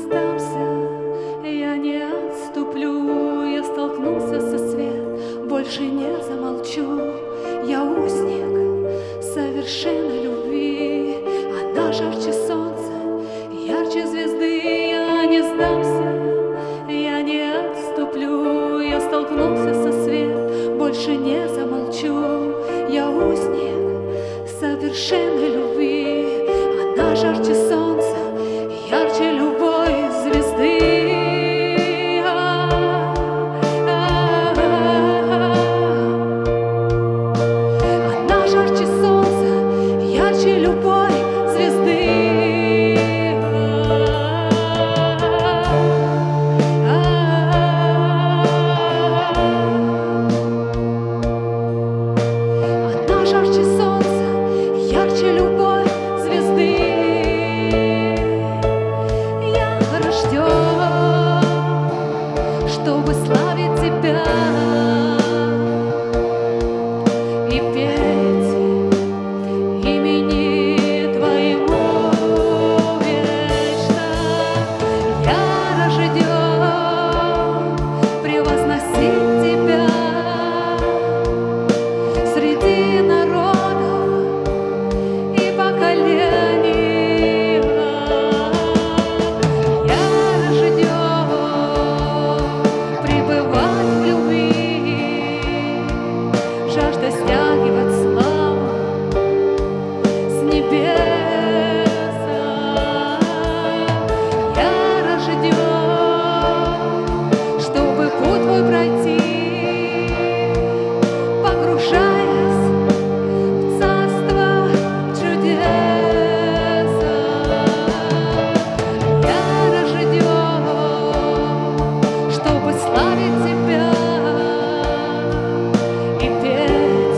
сдамся, я не отступлю, я столкнулся со свет, больше не замолчу. Я узник совершенной любви, она жарче солнца, ярче звезды. Я не сдамся, я не отступлю, я столкнулся со свет, больше не замолчу. Я узник совершенной любви, она жарче солнца, ярче любой звезды. Она жарче солнца, ярче любой звезды. Она жарче солнца, ярче любой звезды. Я рожден, чтобы славить Тебя и петь имени Твоему вечно. Я рожден превозносить Тебя среди народов и поколений. Я рожден пребывать в любви, жажда стягивать славу с небес. Я рожден, чтобы путь Твой пройти, погружаясь в царство чудес. Я рожден, чтобы славить Тебя и петь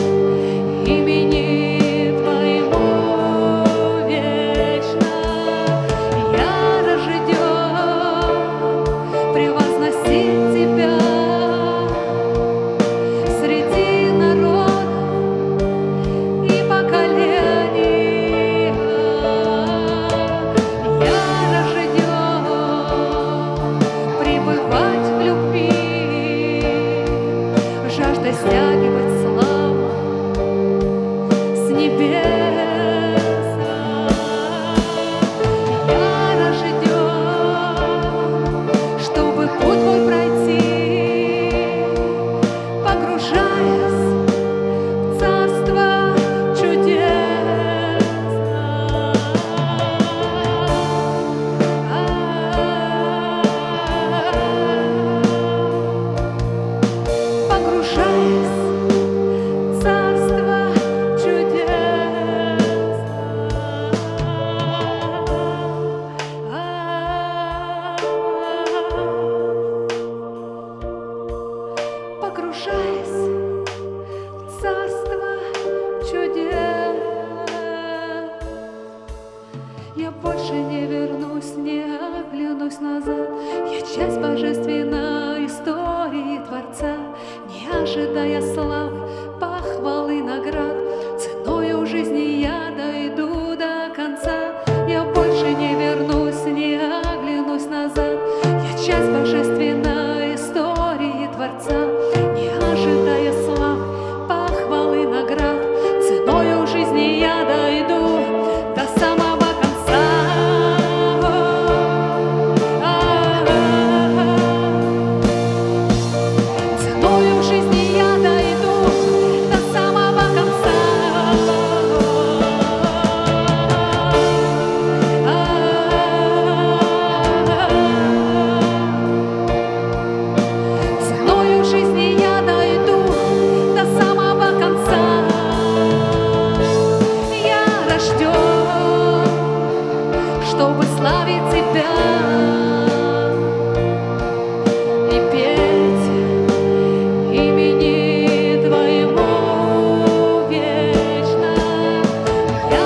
имени Твоему вечно. Я рожден превозносить Тебя среди народов и поколений. Я рожден пребывать в любви, жажда стягивать славу с небес. Я рожден, чтобы путь Твой пройти, погружаясь в царство чудес. Погружаясь в царство чудес. Погружаясь в царство чудес. Я больше не вернусь, не оглянусь назад. Я часть божественной истории Творца, не ожидая славы, похвалы, наград. Ценою жизни я дойду до конца. Я больше не вернусь, не оглянусь назад. Я часть божественной истории Творца, не ожидая славы, похвалы, наград. Ценою жизни я дойду до самого конца. Ценою жизни я дойду до самого конца. Ценою жизни я дойду до самого конца. Я рожден, чтобы славить Тебя и петь имени Твоему вечно. Я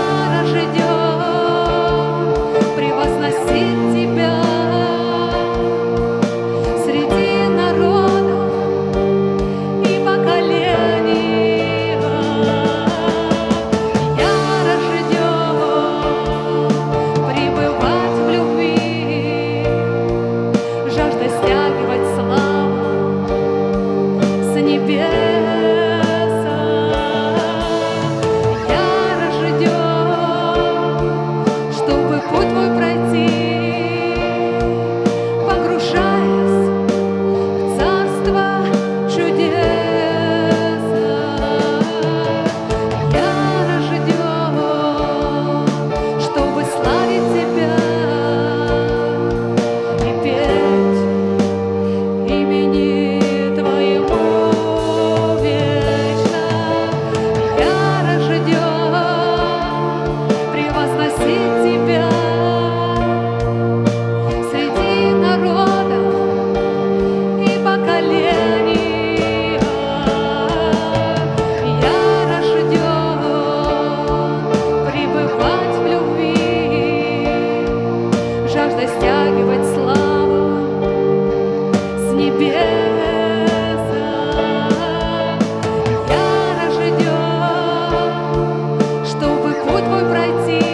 рожден превозносить Тебя среди народов и поколений. Я рожден пребывать в любви, путь твой пройти, погружаясь в царство чудес. Я рожден, чтобы славить Тебя и петь имени Твоему вечно. Я рожден превозносить Тебя среди народов и поколений. Я рожден пребывать в любви, жажда стягивать славу с небес. Я рожден, чтобы путь твой пройти,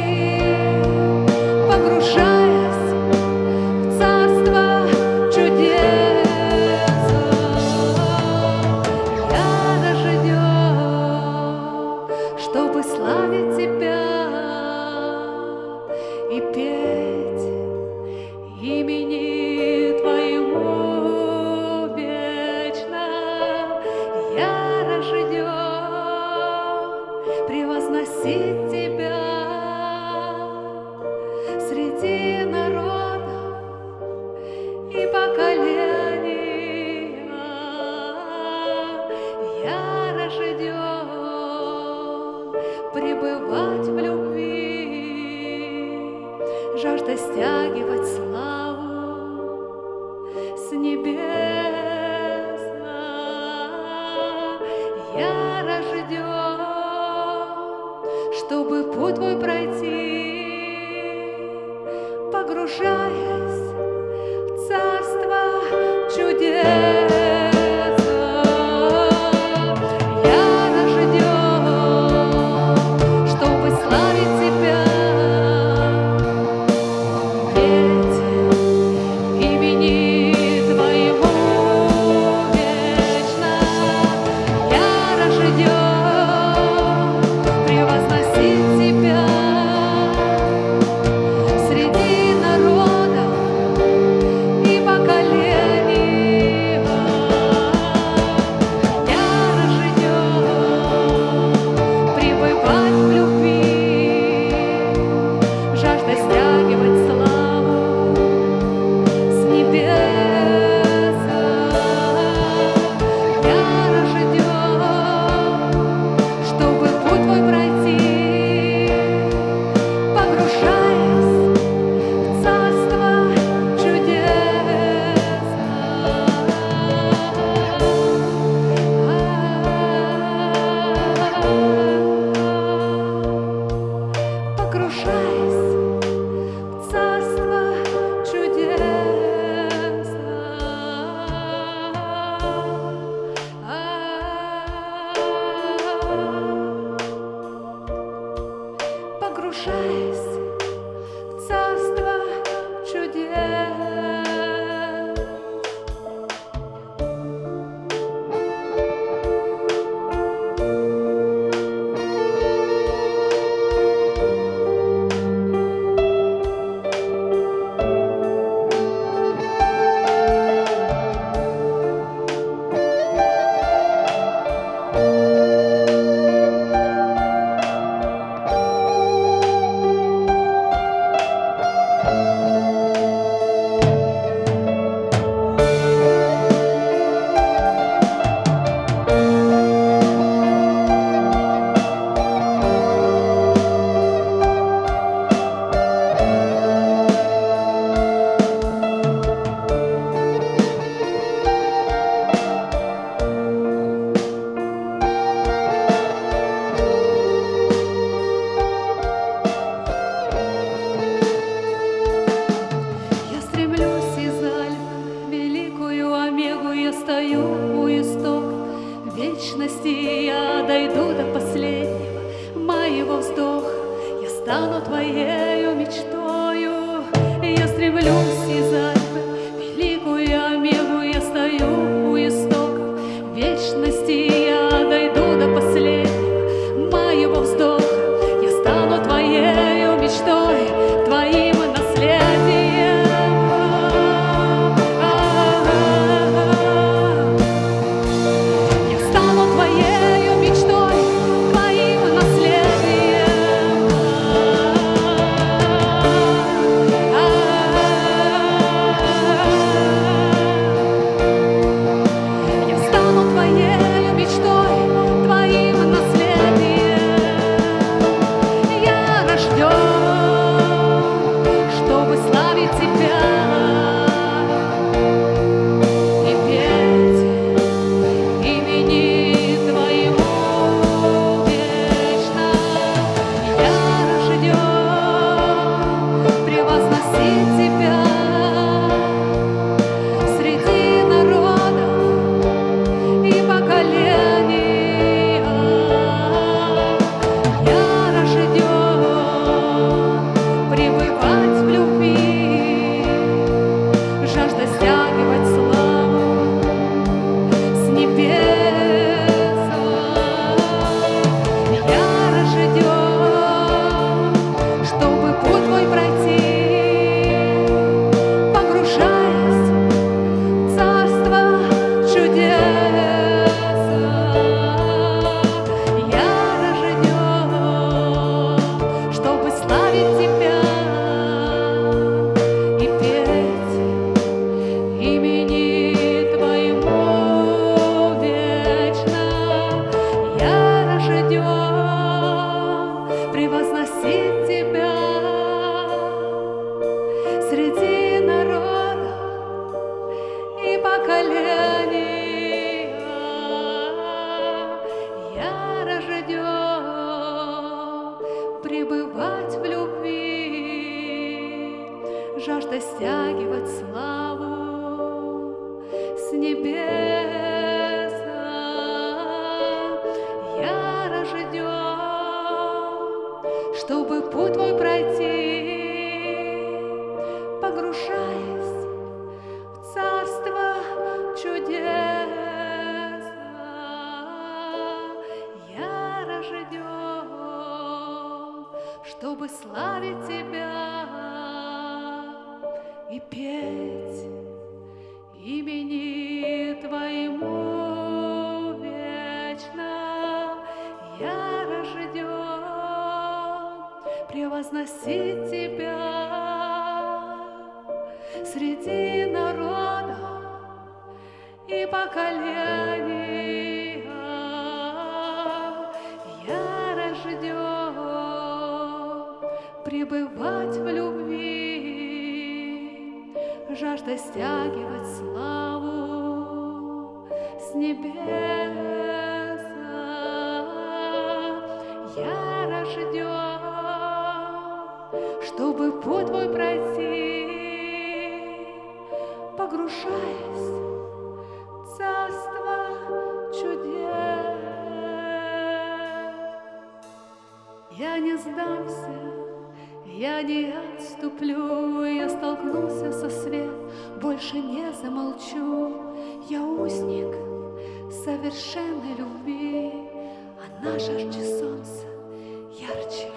погружаясь в царство чудес. Я рожден, чтобы славить Тебя и петь имени Твоему вечно. Я рожден превозносить Тебя среди народов и поколений. Я рожден пребывать в любви, жажда стягивать славу с небес. Я рожден, чтобы путь твой пройти, погружаясь в царство чудес. Я рожден, чтобы славить Тебя, петь имени Твоему вечно. Я рожден превозносить Тебя среди народов и поколений. Я рожден пребывать в любви, жажда стягивать славу с небес. Я рожден, чтобы путь твой пройти, погружаясь в царство чудес. Погружаясь в царство чудес. Погружаясь в царство чудес. Я стремлюсь из Альп великую Омегу, я стою у истоков вечности, я дойду до последнего моего вздоха, я стану твоею мечтою. Я стремлюсь из Альп великую Омегу, я стою у истоков вечности, я дойду до последнего моего вздоха, я стану твоею мечтой. превозносить Тебя среди народов и поколений. Я рожден пребывать в любви, жажда стягивать славу с небес. Я рожден, чтобы путь твой пройти, погружаясь в царство чудес. Я рожден, чтобы славить Тебя и петь имени Твоему вечно. Я рожден превозносить Тебя среди народов и поколений. Я рожден пребывать в любви, жажда стягивать славу с небес. Я рожден, чтобы путь твой пройти, погружаясь в царство чудес. Я рожден, чтобы славить Тебя и петь имени Твоему вечно. Я рожден превозносить Тебя среди народов и поколений. Я рожден пребывать в любви, жажда стягивать славу с небес. Я рожден, чтобы путь твой пройти, погружаясь в царство чудес. Я не сдамся, я не отступлю, я столкнулся со светом, больше не замолчу. Я узник совершенной любви, она жарче солнца, ярче